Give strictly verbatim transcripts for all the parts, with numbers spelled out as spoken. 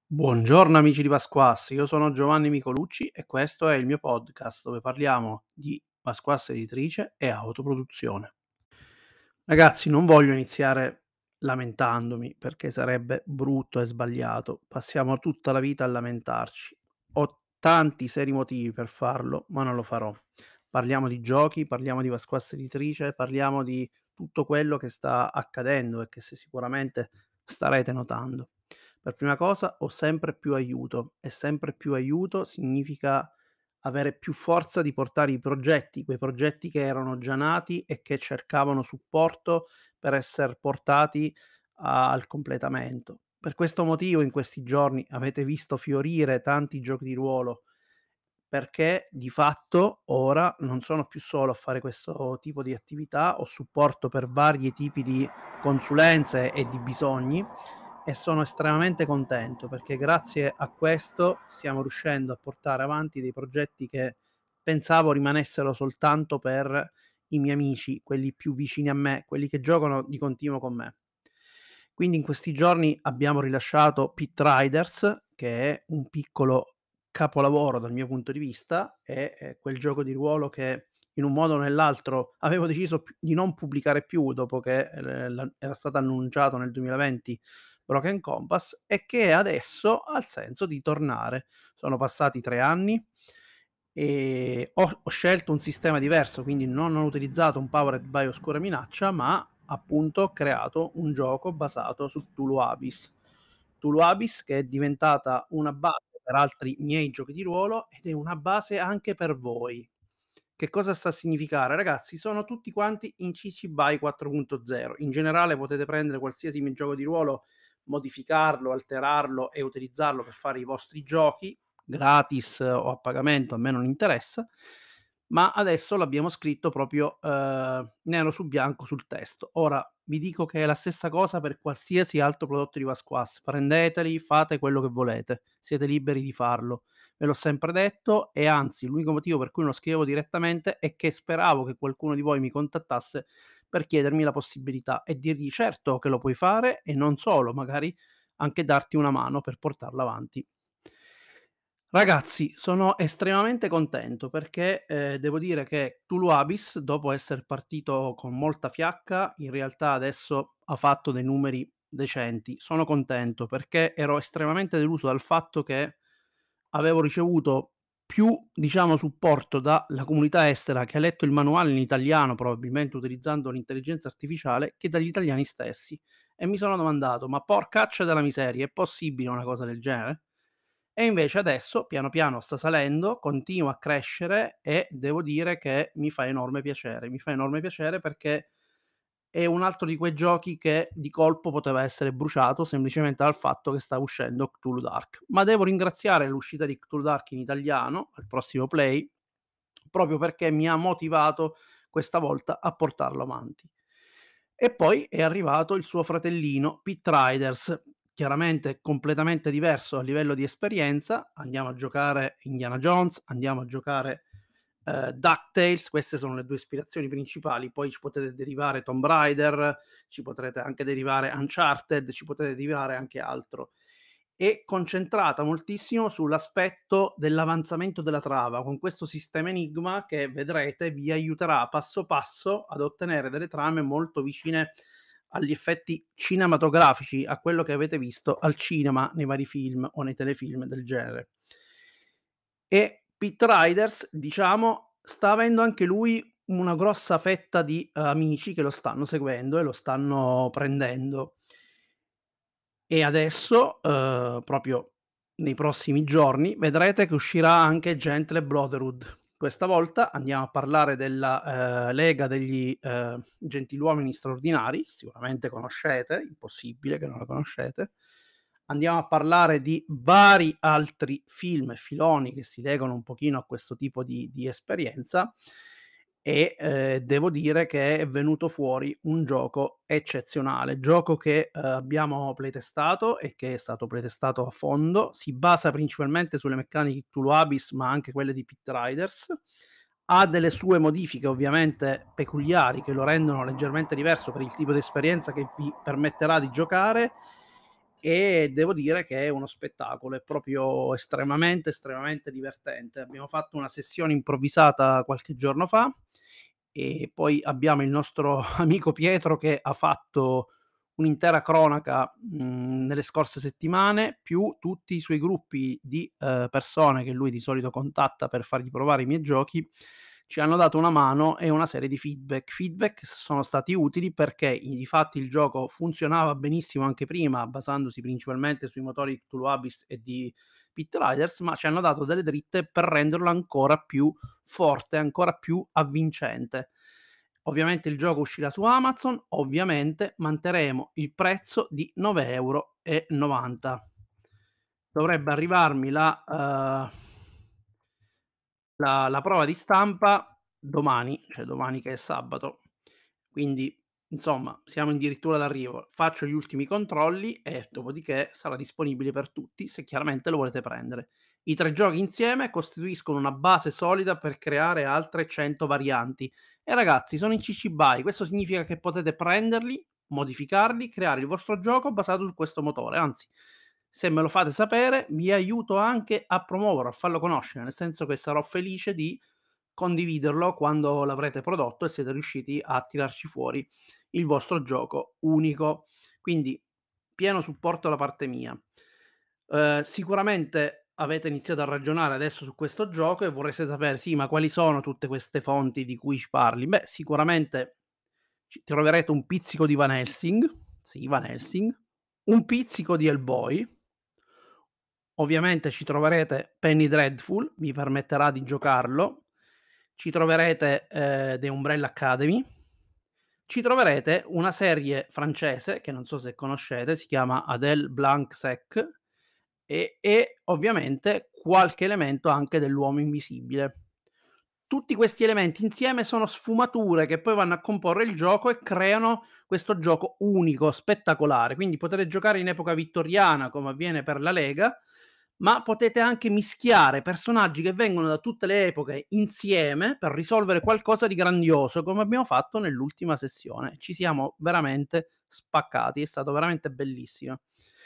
Buongiorno amici di Pasquas, io sono Giovanni Micolucci e questo è il mio podcast dove parliamo di Pasquas Editrice e autoproduzione. Ragazzi, non voglio iniziare lamentandomi perché sarebbe brutto e sbagliato. Passiamo tutta la vita a lamentarci. Ho tanti seri motivi per farlo, ma non lo farò. Parliamo di giochi, parliamo di Pasquas Editrice, parliamo di tutto quello che sta accadendo e che se sicuramente starete notando. Per prima cosa ho sempre più aiuto e sempre più aiuto significa avere più forza di portare i progetti, quei progetti che erano già nati e che cercavano supporto per esser portati a al completamento. Per questo motivo in questi giorni avete visto fiorire tanti giochi di ruolo, perché di fatto ora non sono più solo a fare questo tipo di attività, ho supporto per vari tipi di consulenze e di bisogni e sono estremamente contento perché grazie a questo stiamo riuscendo a portare avanti dei progetti che pensavo rimanessero soltanto per i miei amici, quelli più vicini a me, quelli che giocano di continuo con me. Quindi in questi giorni abbiamo rilasciato Pit Riders, che è un piccolo capolavoro dal mio punto di vista, è, è quel gioco di ruolo che in un modo o nell'altro avevo deciso pi- di non pubblicare più dopo che eh, la- era stato annunciato nel duemilaventi Broken Compass e che adesso ha il senso di tornare. Sono passati tre anni e ho, ho scelto un sistema diverso, quindi non ho utilizzato un Powered by Oscura Minaccia, ma appunto ho creato un gioco basato su Tulu Abyss. Tulu Abyss che è diventata una base per altri miei giochi di ruolo ed è una base anche per voi. Che cosa sta a significare? Ragazzi, sono tutti quanti in C C B Y quattro punto zero. In generale potete prendere qualsiasi mi gioco di ruolo, modificarlo, alterarlo e utilizzarlo per fare i vostri giochi, gratis o a pagamento, a me non interessa, ma adesso l'abbiamo scritto proprio, ehm, nero su bianco sul testo. Ora, vi dico che è la stessa cosa per qualsiasi altro prodotto di Vasquas. Prendeteli, fate quello che volete, siete liberi di farlo. Ve l'ho sempre detto e anzi l'unico motivo per cui non lo scrivevo direttamente è che speravo che qualcuno di voi mi contattasse per chiedermi la possibilità e dirgli certo che lo puoi fare e non solo, magari anche darti una mano per portarlo avanti. Ragazzi, sono estremamente contento perché, ehm, devo dire che Tulu Abyss, dopo esser partito con molta fiacca, in realtà adesso ha fatto dei numeri decenti. Sono contento perché ero estremamente deluso dal fatto che avevo ricevuto più, diciamo, supporto dalla comunità estera che ha letto il manuale in italiano, probabilmente utilizzando l'intelligenza artificiale, che dagli italiani stessi. E mi sono domandato: "Ma porcaccia della miseria, è possibile una cosa del genere?" E invece adesso piano piano sta salendo, continua a crescere e devo dire che mi fa enorme piacere. Mi fa enorme piacere perché è un altro di quei giochi che di colpo poteva essere bruciato semplicemente dal fatto che stava uscendo Cthulhu Dark. Ma devo ringraziare l'uscita di Cthulhu Dark in italiano, al prossimo play, proprio perché mi ha motivato questa volta a portarlo avanti. E poi è arrivato il suo fratellino Pit Riders, chiaramente completamente diverso a livello di esperienza. Andiamo a giocare Indiana Jones, andiamo a giocare ehm, DuckTales, queste sono le due ispirazioni principali, poi ci potete derivare Tomb Raider, ci potrete anche derivare Uncharted, ci potete derivare anche altro. È concentrata moltissimo sull'aspetto dell'avanzamento della trama, con questo sistema enigma che vedrete vi aiuterà passo passo ad ottenere delle trame molto vicine agli effetti cinematografici, a quello che avete visto al cinema nei vari film o nei telefilm del genere. E Pit Riders, diciamo, sta avendo anche lui una grossa fetta di eh, amici che lo stanno seguendo e lo stanno prendendo. E adesso, uhm, proprio nei prossimi giorni, vedrete che uscirà anche Gentle Brotherhood. Questa volta andiamo a parlare della, ehm, Lega degli, ehm, Gentiluomini Straordinari, sicuramente conoscete, impossibile che non la conoscete. Andiamo a parlare di vari altri film e filoni che si legano un pochino a questo tipo di di esperienza e, ehm, devo dire che è venuto fuori un gioco eccezionale, gioco che, ehm, abbiamo playtestato e che è stato playtestato a fondo. Si basa principalmente sulle meccaniche Cthulhu Abyss, ma anche quelle di Pit Riders. Ha delle sue modifiche ovviamente peculiari che lo rendono leggermente diverso per il tipo di esperienza che vi permetterà di giocare e devo dire che è uno spettacolo, è proprio estremamente, estremamente divertente. Abbiamo fatto una sessione improvvisata qualche giorno fa e poi abbiamo il nostro amico Pietro che ha fatto un'intera cronaca, mhmm, nelle scorse settimane, più tutti i suoi gruppi di, ehm, persone che lui di solito contatta per fargli provare i miei giochi, ci hanno dato una mano e una serie di feedback. Feedback s sono stati utili perché i difatti il gioco funzionava benissimo anche prima, basandosi principalmente sui motori di Cthulhu Abyss e di Pit Riders, ma ci hanno dato delle dritte per renderlo ancora più forte, ancora più avvincente. Ovviamente il gioco uscirà su Amazon, ovviamente manterremo il prezzo di nove euro e novanta. Dovrebbe arrivarmi la uhm, la la prova di stampa domani, cioè domani che è sabato. Quindi, insomma, siamo addirittura d'arrivo. Faccio gli ultimi controlli e dopodiché sarà disponibile per tutti, se chiaramente lo volete prendere. I tre giochi insieme costituiscono una base solida per creare altre cento varianti e ragazzi sono in C C B Y, questo significa che potete prenderli, modificarli, creare il vostro gioco basato su questo motore, anzi se me lo fate sapere vi aiuto anche a promuoverlo, a farlo conoscere, nel senso che sarò felice di condividerlo quando l'avrete prodotto e siete riusciti a tirarci fuori il vostro gioco unico. Quindi pieno supporto da parte mia. Uhm, sicuramente avete iniziato a ragionare adesso su questo gioco e vorreste sapere: "Sì, ma quali sono tutte queste fonti di cui ci parli?" Beh, sicuramente ci troverete un pizzico di Van Helsing, sì, Van Helsing, un pizzico di Hellboy, ovviamente ci troverete Penny Dreadful, vi permetterà di giocarlo, ci troverete, ehm, The Umbrella Academy, ci troverete una serie francese che non so se conoscete, si chiama Adèle Blanc-Sec e e ovviamente qualche elemento anche dell'Uomo Invisibile. Tutti questi elementi insieme sono sfumature che poi vanno a comporre il gioco e creano questo gioco unico, spettacolare. Quindi potete giocare in epoca vittoriana, come avviene per la Lega, ma potete anche mischiare personaggi che vengono da tutte le epoche insieme per risolvere qualcosa di grandioso, come abbiamo fatto nell'ultima sessione. Ci siamo veramente spaccati, è stato veramente bellissimo.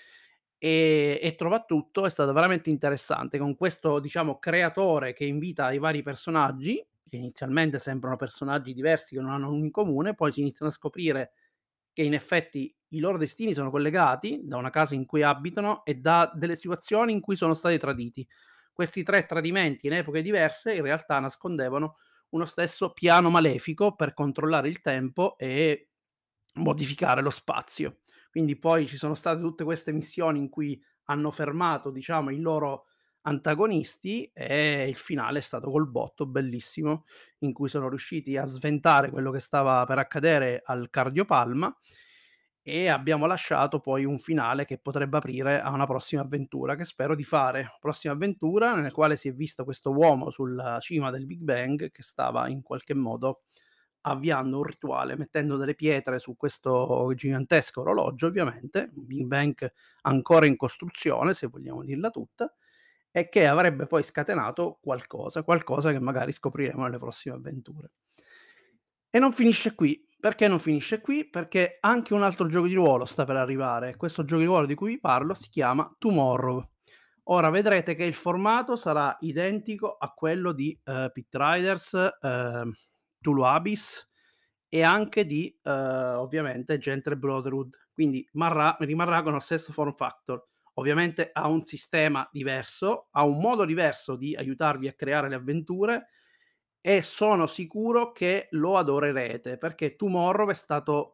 E e soprattutto è stato veramente interessante con questo, diciamo, creatore che invita i vari personaggi, che inizialmente sembrano personaggi diversi che non hanno nulla in comune, poi si iniziano a scoprire che in effetti i loro destini sono collegati da una casa in cui abitano e da delle situazioni in cui sono stati traditi. Questi tre tradimenti in epoche diverse in realtà nascondevano uno stesso piano malefico per controllare il tempo e modificare lo spazio. Quindi poi ci sono state tutte queste missioni in cui hanno fermato, diciamo, i loro antagonisti e il finale è stato col botto, bellissimo, in cui sono riusciti a sventare quello che stava per accadere al cardiopalma e abbiamo lasciato poi un finale che potrebbe aprire a una prossima avventura, che spero di fare. Prossima avventura nel quale si è visto questo uomo sulla cima del Big Bang che stava in qualche modo avviando un rituale, mettendo delle pietre su questo gigantesco orologio ovviamente, un Big Bang ancora in costruzione, se vogliamo dirla tutta, e che avrebbe poi scatenato qualcosa, qualcosa che magari scopriremo nelle prossime avventure. E non finisce qui. Perché non finisce qui? Perché anche un altro gioco di ruolo sta per arrivare. Questo gioco di ruolo di cui vi parlo si chiama Tomorrow. Ora vedrete che il formato sarà identico a quello di, ehm, Pit Riders, ehm, Cthulhu Abyss e anche di, ehm, ovviamente Gentile Brotherhood. Quindi marrà rimarrà con lo stesso form factor. Ovviamente ha un sistema diverso, ha un modo diverso di aiutarvi a creare le avventure e sono sicuro che lo adorerete, perché Tomorrow è stato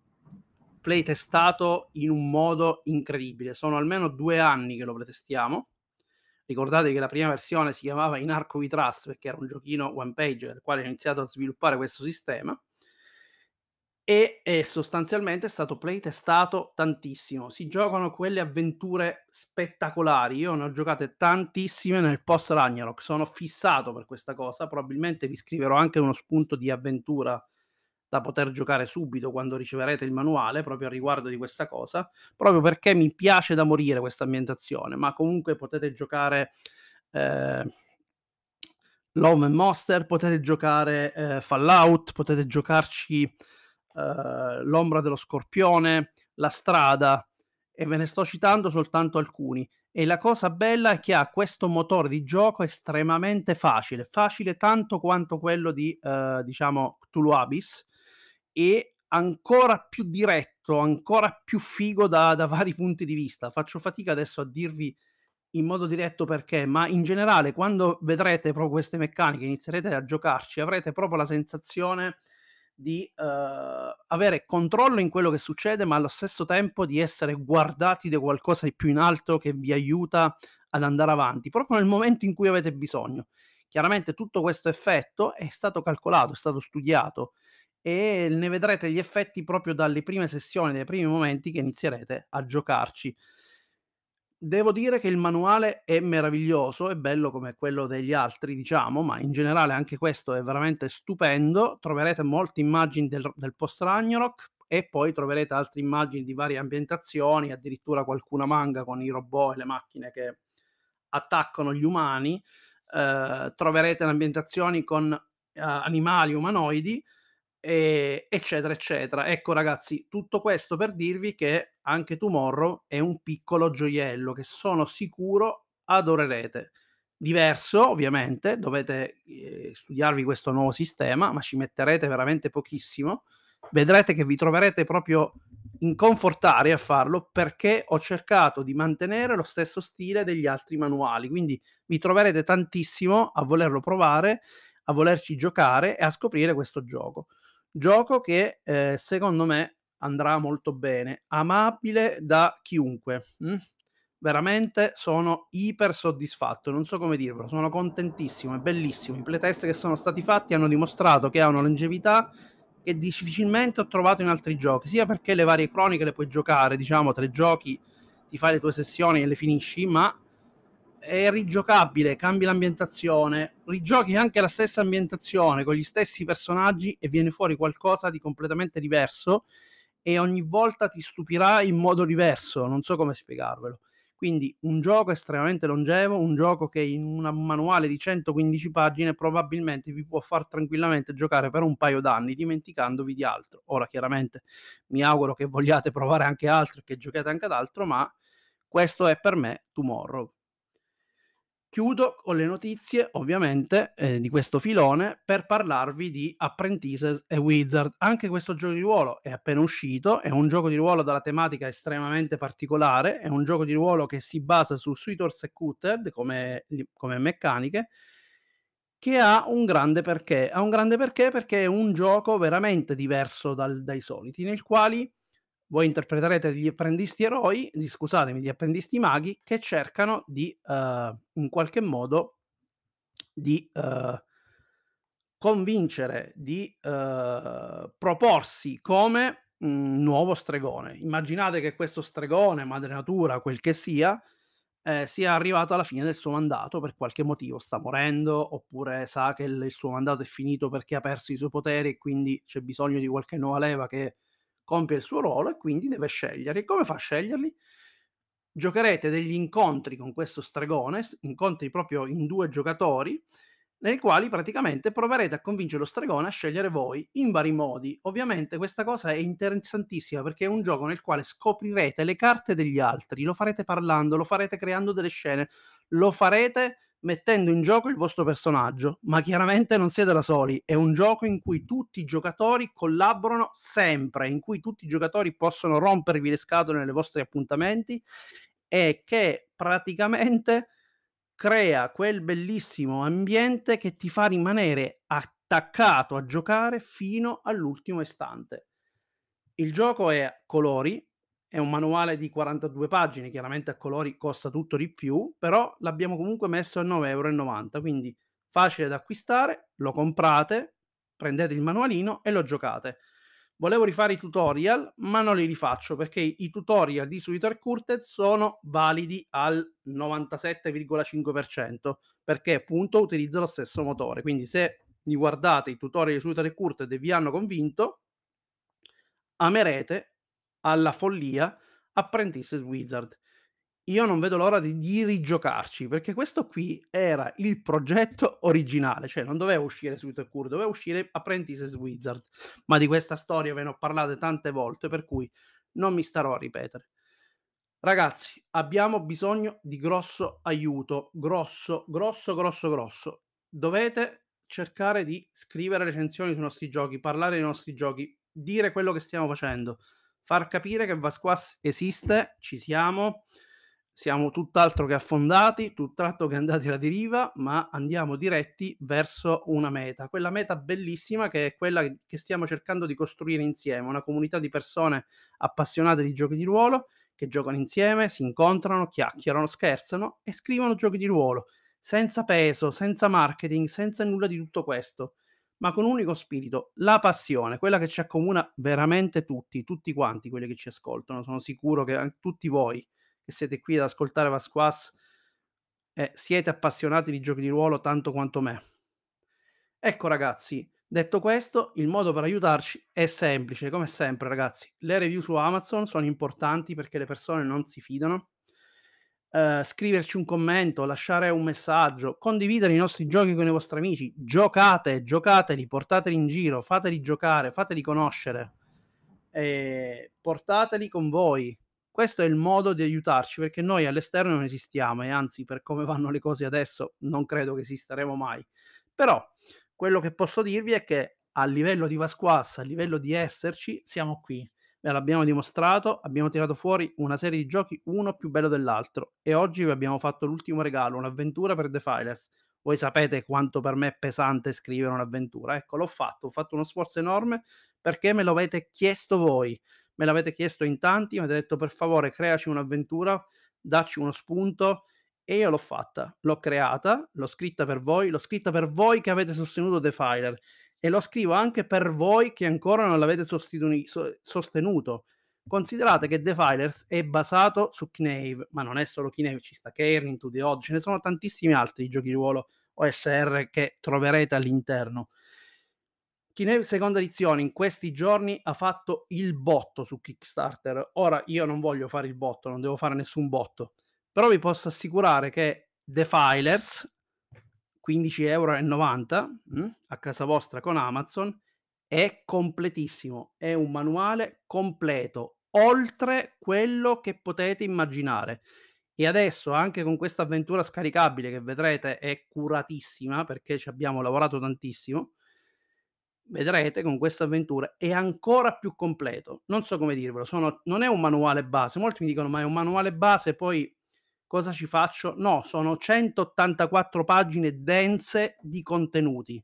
playtestato in un modo incredibile. Sono almeno due anni che lo playtestiamo. Ricordate che la prima versione si chiamava In Arco We Trust, perché era un giochino one page nel quale ho iniziato a sviluppare questo sistema e e sostanzialmente è stato playtestato tantissimo. Si giocano quelle avventure spettacolari. Io ne ho giocate tantissime nel post Ragnarok, sono fissato per questa cosa, probabilmente vi scriverò anche uno spunto di avventura da poter giocare subito quando riceverete il manuale, proprio a riguardo di questa cosa, proprio perché mi piace da morire questa ambientazione, ma comunque potete giocare, ehm, Love and Monster, potete giocare, ehm, Fallout, potete giocarci, ehm, L'ombra dello scorpione, La strada e ve ne sto citando soltanto alcuni. E la cosa bella è che ha questo motore di gioco estremamente facile, facile tanto quanto quello di, ehm, diciamo Cthulhu Abyss, e ancora più diretto, ancora più figo da da vari punti di vista. Faccio fatica adesso a dirvi in modo diretto perché, ma in generale quando vedrete proprio queste meccaniche, inizierete a giocarci, avrete proprio la sensazione di, uhm, avere controllo in quello che succede, ma allo stesso tempo di essere guardati da qualcosa di più in alto che vi aiuta ad andare avanti, proprio nel momento in cui avete bisogno. Chiaramente tutto questo effetto è stato calcolato, è stato studiato e ne vedrete gli effetti proprio dalle prime sessioni, dai primi momenti che inizierete a giocarci. Devo dire che il manuale è meraviglioso, è bello come quello degli altri diciamo, ma in generale anche questo è veramente stupendo. Troverete molte immagini del del post Ragnarok e poi troverete altre immagini di varie ambientazioni, addirittura qualcuna manga con i robot e le macchine che attaccano gli umani. Ehm, troverete ambientazioni con, uhm, animali umanoidi, ehm, eccetera, eccetera. Ecco ragazzi, tutto questo per dirvi che anche Tomorrow è un piccolo gioiello che sono sicuro adorerete. Diverso ovviamente, dovete, ehm, studiarvi questo nuovo sistema, ma ci metterete veramente pochissimo. Vedrete che vi troverete proprio in comfort area a farlo, perché ho cercato di mantenere lo stesso stile degli altri manuali, quindi vi troverete tantissimo a volerlo provare, a volerci giocare e a scoprire questo gioco. Gioco che, ehm, secondo me andrà molto bene, amabile da chiunque, mh. Veramente sono iper soddisfatto, non so come dirvelo, sono contentissimo, è bellissimo. I playtest che sono stati fatti hanno dimostrato che ha una longevità che difficilmente ho trovato in altri giochi, sia perché le varie croniche le puoi giocare, diciamo tre giochi, ti fai le tue sessioni e le finisci, ma è rigiocabile, cambi l'ambientazione, rigiochi anche la stessa ambientazione con gli stessi personaggi e viene fuori qualcosa di completamente diverso e ogni volta ti stupirà in modo diverso, non so come spiegarvelo. Quindi un gioco estremamente longevo, un gioco che in una un manuale di centoquindici pagine probabilmente vi può far tranquillamente giocare per un paio d'anni dimenticandovi di altro. Ora chiaramente mi auguro che vogliate provare anche altro e che giochiate anche ad altro, ma questo è per me Tomorrow. Chiudo con le notizie, ovviamente, ehm, di questo filone per parlarvi di Apprentices e Wizard. Anche questo gioco di ruolo è appena uscito, è un gioco di ruolo dalla tematica estremamente particolare, è un gioco di ruolo che si basa su Suit Executed come li come meccaniche, che ha un grande perché. Ha un grande perché, perché è un gioco veramente diverso dal dai soliti, nel quali voi interpreterete degli apprendisti eroi, di scusatemi, gli apprendisti maghi che cercano di, uhm, in qualche modo di, uhm, convincere, di, uhm, proporsi come, mhmm, nuovo stregone. Immaginate che questo stregone, madre natura, quel che sia, ehm, sia arrivato alla fine del suo mandato per qualche motivo, sta morendo, oppure sa che il il suo mandato è finito perché ha perso i suoi poteri e quindi c'è bisogno di qualche nuova leva che compie il suo ruolo e quindi deve scegliere. E come fa a sceglierli? Giocherete degli incontri con questo stregone, s incontri proprio in due giocatori, nei quali praticamente proverete a convincere lo stregone a scegliere voi in vari modi. Ovviamente questa cosa è interessantissima perché è un gioco nel quale scoprirete le carte degli altri, lo farete parlando, lo farete creando delle scene, lo farete mettendo in gioco il vostro personaggio, ma chiaramente non siete da soli, è un gioco in cui tutti i giocatori collaborano sempre, in cui tutti i giocatori possono rompervi le scatole nei vostri appuntamenti e che praticamente crea quel bellissimo ambiente che ti fa rimanere attaccato a giocare fino all'ultimo istante. Il gioco è a colori, è un manuale di quarantadue pagine, chiaramente a colori costa tutto di più, però l'abbiamo comunque messo a nove euro e novanta, quindi facile da acquistare, lo comprate, prendete il manualino e lo giocate. Volevo rifare i tutorial, ma non li rifaccio perché i i tutorial di Suitor Curted sono validi al novantasette virgola cinque per cento perché appunto utilizza lo stesso motore. Quindi se vi guardate i tutorial di Suitor Curted e vi hanno convinto, amerete alla follia Apprentices Wizard. Io non vedo l'ora di di rigiocarci, perché questo qui era il progetto originale, cioè non doveva uscire Suit Cure, doveva uscire Apprentices Wizard, ma di questa storia ve ne ho parlate tante volte, per cui non mi starò a ripetere. Ragazzi, abbiamo bisogno di grosso aiuto, grosso, grosso, grosso, grosso. Dovete cercare di scrivere recensioni sui nostri giochi, parlare dei nostri giochi, dire quello che stiamo facendo, far capire che Vasquas esiste, ci siamo, siamo tutt'altro che affondati, tutt'altro che andati alla deriva, ma andiamo diretti verso una meta, quella meta bellissima che è quella che che stiamo cercando di costruire insieme, una comunità di persone appassionate di giochi di ruolo che giocano insieme, si incontrano, chiacchierano, scherzano e scrivono giochi di ruolo, senza peso, senza marketing, senza nulla di tutto questo, ma con un unico spirito, la passione, quella che ci accomuna veramente tutti, tutti quanti quelli che ci ascoltano. Sono sicuro che an- tutti voi che siete qui ad ascoltare Vasquas eh, siete appassionati di giochi di ruolo tanto quanto me. Ecco ragazzi, detto questo, il modo per aiutarci è semplice, come sempre ragazzi. Le review su Amazon sono importanti perché le persone non si fidano. Ehm, scriverci un commento, lasciare un messaggio, condividere i nostri giochi con i vostri amici. Giocate, giocateli, portateli in giro, fateli giocare, fateli conoscere. Ehm, portateli con voi. Questo è il modo di aiutarci, perché noi all'esterno non esistiamo e anzi per come vanno le cose adesso non credo che esisteremo mai. Però quello che posso dirvi è che a livello di Vasquas, a livello di esserci, siamo qui. Ve l'abbiamo dimostrato, abbiamo tirato fuori una serie di giochi uno più bello dell'altro e oggi vi abbiamo fatto l'ultimo regalo, un'avventura per Defilers. Voi sapete quanto per me è pesante scrivere un'avventura. Ecco, l'ho fatto, ho fatto uno sforzo enorme perché me lo avete chiesto voi. Me l'avete chiesto in tanti, mi avete detto per favore creaci un'avventura, dacci uno spunto e io l'ho fatta, l'ho creata, l'ho scritta per voi, l'ho scritta per voi che avete sostenuto Defiler e lo scrivo anche per voi che ancora non l'avete sostitui- so- sostenuto. Considerate che Defilers è basato su Knave, ma non è solo Knave, ci sta Cairn, To The Odd, ce ne sono tantissimi altri giochi di ruolo O S R che troverete all'interno. Knave seconda edizione in questi giorni ha fatto il botto su Kickstarter. Ora io non voglio fare il botto, non devo fare nessun botto, però vi posso assicurare che Defilers quindici euro e novanta mh, a casa vostra con Amazon è completissimo, è un manuale completo, oltre quello che potete immaginare. E adesso anche con questa avventura scaricabile che vedrete è curatissima perché ci abbiamo lavorato tantissimo, vedrete con questa avventura è ancora più completo. Non so come dirvelo, sono non è un manuale base. Molti mi dicono: "Ma è un manuale base, poi cosa ci faccio?" No, sono centottantaquattro pagine dense di contenuti.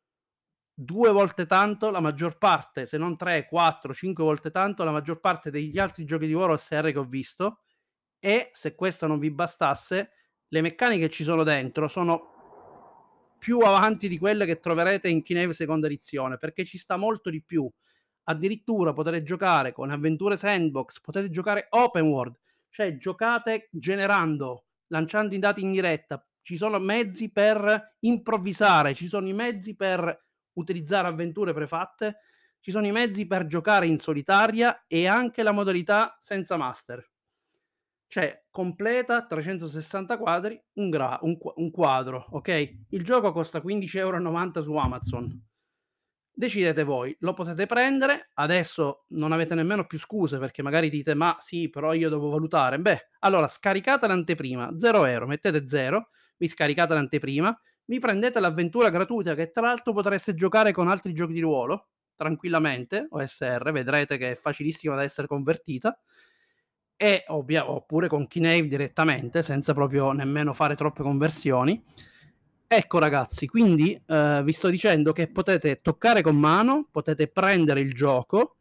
due volte tanto la maggior parte, se non tre, quattro, cinque volte tanto la maggior parte degli altri giochi di ruolo O S R che ho visto e, se questo non vi bastasse, le meccaniche che ci sono dentro sono più avanti di quelle che troverete in Kinect seconda edizione, perché ci sta molto di più. Addirittura potete giocare con avventure sandbox, potete giocare open world, cioè giocate generando, lanciando i dati in diretta. Ci sono mezzi per improvvisare, ci sono i mezzi per utilizzare avventure prefatte, ci sono i mezzi per giocare in solitaria e anche la modalità senza master. Cioè, completa trecentosessanta quadri, un, gra- un, qu- un quadro, ok? Il gioco costa quindici euro e novanta su Amazon. Decidete voi, lo potete prendere, adesso non avete nemmeno più scuse perché magari dite ma sì, però io devo valutare. Beh, allora scaricate l'anteprima, zero euro, mettete zero, vi scaricate l'anteprima, vi prendete l'avventura gratuita che tra l'altro potreste giocare con altri giochi di ruolo, tranquillamente, O S R, vedrete che è facilissima da essere convertita, e ovvia oppure con Knave direttamente, senza proprio nemmeno fare troppe conversioni. Ecco ragazzi, quindi eh, vi sto dicendo che potete toccare con mano, potete prendere il gioco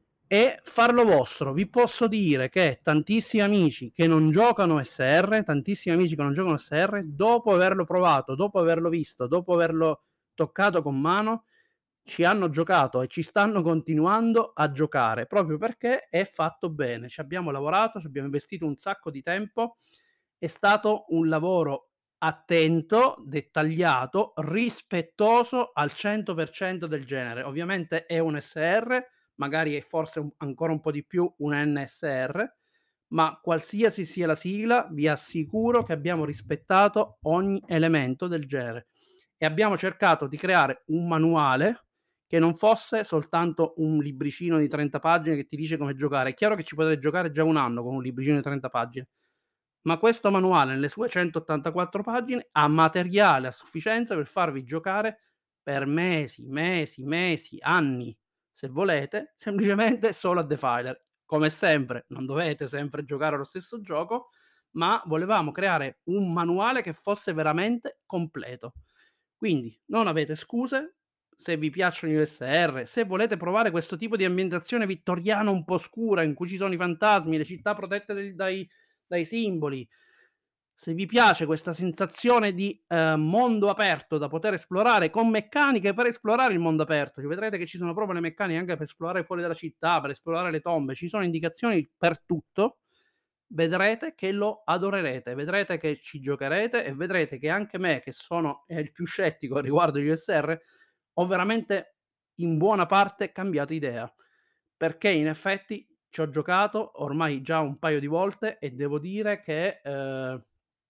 e farlo vostro. Vi posso dire che tantissimi amici che non giocano S R, tantissimi amici che non giocano S R, dopo averlo provato, dopo averlo visto, dopo averlo toccato con mano, ci hanno giocato e ci stanno continuando a giocare proprio perché è fatto bene. Ci abbiamo lavorato, ci abbiamo investito un sacco di tempo. È stato un lavoro attento, dettagliato, rispettoso al cento per cento del genere. Ovviamente è un S R, magari è forse un, ancora un po' di più un N S R, ma qualsiasi sia la sigla, vi assicuro che abbiamo rispettato ogni elemento del genere e abbiamo cercato di creare un manuale che non fosse soltanto un libricino di trenta pagine che ti dice come giocare. È chiaro che ci potrei giocare già un anno con un libricino di trenta pagine, ma questo manuale nelle sue centottantaquattro pagine ha materiale a sufficienza per farvi giocare per mesi, mesi, mesi, anni, se volete, semplicemente solo a Defiler. Come sempre, non dovete sempre giocare allo stesso gioco, ma volevamo creare un manuale che fosse veramente completo. Quindi non avete scuse, se vi piacciono gli O S R, se volete provare questo tipo di ambientazione vittoriana un po' scura in cui ci sono i fantasmi, le città protette del dai dai simboli, se vi piace questa sensazione di, ehm, mondo aperto da poter esplorare con meccaniche per esplorare il mondo aperto, che vedrete che ci sono proprio le meccaniche anche per esplorare fuori dalla città, per esplorare le tombe, ci sono indicazioni per tutto, vedrete che lo adorerete, vedrete che ci giocherete e vedrete che anche me, che sono, ehm, il più scettico riguardo gli O S R, ho veramente in buona parte cambiato idea, perché in effetti ci ho giocato ormai già un paio di volte e devo dire che, ehm,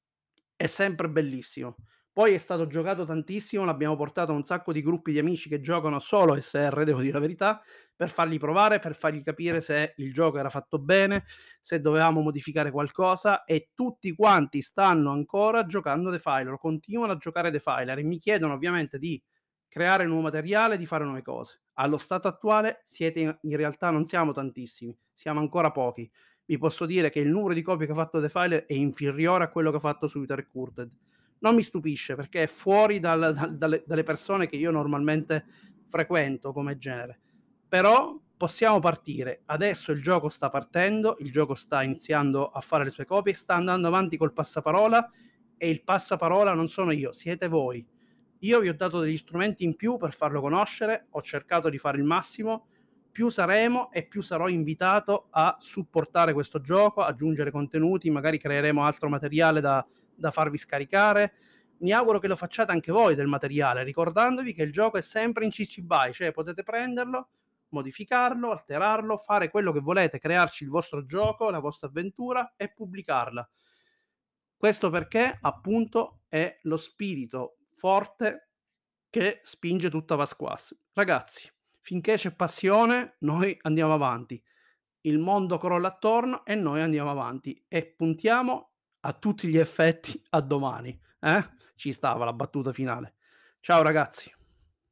è sempre bellissimo. Poi è stato giocato tantissimo, l'abbiamo portato a un sacco di gruppi di amici che giocano solo O S R, devo dire la verità, per fargli provare, per fargli capire se il gioco era fatto bene, se dovevamo modificare qualcosa e tutti quanti stanno ancora giocando Defiler, continuano a giocare Defiler e mi chiedono ovviamente di creare nuovo materiale, di fare nuove cose. Allo stato attuale siete in in realtà non siamo tantissimi, siamo ancora pochi. Vi posso dire che il numero di copie che ha fatto Defiler è inferiore a quello che ha fatto su Uther Recruited. Non mi stupisce perché è fuori dal dal dalle dalle persone che io normalmente frequento come genere. Però possiamo partire. Adesso il gioco sta partendo, il gioco sta iniziando a fare le sue copie, sta andando avanti col passaparola e il passaparola non sono io, siete voi. Io vi ho dato degli strumenti in più per farlo conoscere, ho cercato di fare il massimo, più saremo e più sarò invitato a supportare questo gioco, aggiungere contenuti, magari creeremo altro materiale da da farvi scaricare. Mi auguro che lo facciate anche voi del materiale, ricordandovi che il gioco è sempre in C C B Y, cioè potete prenderlo, modificarlo, alterarlo, fare quello che volete, crearci il vostro gioco, la vostra avventura e pubblicarla. Questo perché appunto è lo spirito forte che spinge tutta Vasquas. Ragazzi, finché c'è passione, noi andiamo avanti. Il mondo crolla attorno e noi andiamo avanti e puntiamo a tutti gli effetti a domani. Eh? Ci stava la battuta finale. Ciao ragazzi.